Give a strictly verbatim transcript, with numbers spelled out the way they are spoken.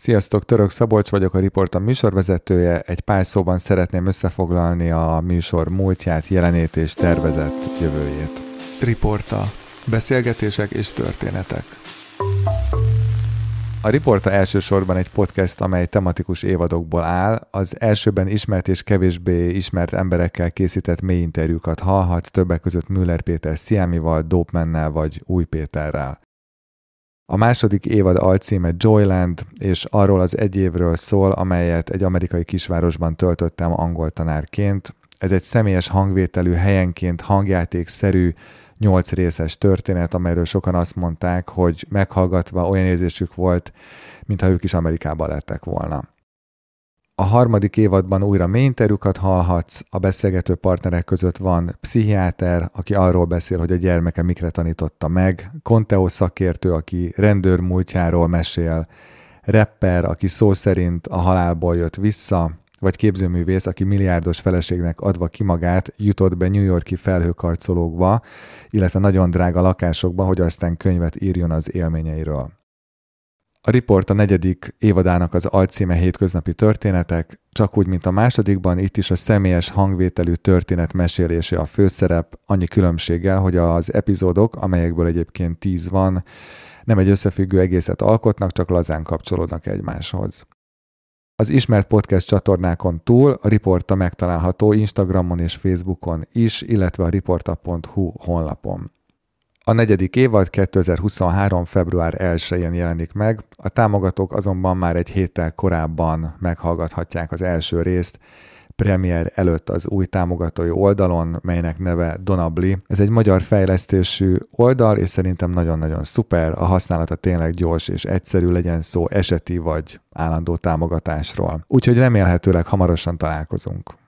Sziasztok, Török Szabolcs vagyok, a Riporta műsorvezetője. Egy pár szóban szeretném összefoglalni a műsor múltját, jelenét és tervezett jövőjét. Riporta. Beszélgetések és történetek. A Riporta elsősorban egy podcast, amely tematikus évadokból áll. Az elsőben ismert és kevésbé ismert emberekkel készített mély interjúkat hallhatsz, többek között Müller Péter Sziámival, Dopemannel vagy Új Péterrel. A második évad alcíme Joyland, és arról az egy évről szól, amelyet egy amerikai kisvárosban töltöttem angol tanárként. Ez egy személyes hangvételű, helyenként hangjátékszerű, nyolc részes történet, amelyről sokan azt mondták, hogy meghallgatva olyan érzésük volt, mintha ők is Amerikában lettek volna. A harmadik évadban újra mély interjúkat hallhatsz, a beszélgető partnerek között van pszichiáter, aki arról beszél, hogy a gyermeke mikre tanította meg, Conteo szakértő, aki rendőr múltjáról mesél, rapper, aki szó szerint a halálból jött vissza, vagy képzőművész, aki milliárdos feleségnek adva ki magát jutott be New York-i felhőkarcolókba, illetve nagyon drága lakásokba, hogy aztán könyvet írjon az élményeiről. A Riport a negyedik évadának az alcíme Hétköznapi történetek, csak úgy, mint a másodikban, itt is a személyes hangvételű történet mesélése a főszerep, annyi különbséggel, hogy az epizódok, amelyekből egyébként tíz van, nem egy összefüggő egészet alkotnak, csak lazán kapcsolódnak egymáshoz. Az ismert podcast csatornákon túl a Riporta megtalálható Instagramon és Facebookon is, illetve a riporta pont hu honlapon. A negyedik évad kétezer-huszonhárom. február elsején jelenik meg, a támogatók azonban már egy héttel korábban meghallgathatják az első részt, premier előtt az új támogatói oldalon, melynek neve Donably. Ez egy magyar fejlesztésű oldal, és szerintem nagyon-nagyon szuper, a használata tényleg gyors és egyszerű, legyen szó eseti vagy állandó támogatásról. Úgyhogy remélhetőleg hamarosan találkozunk.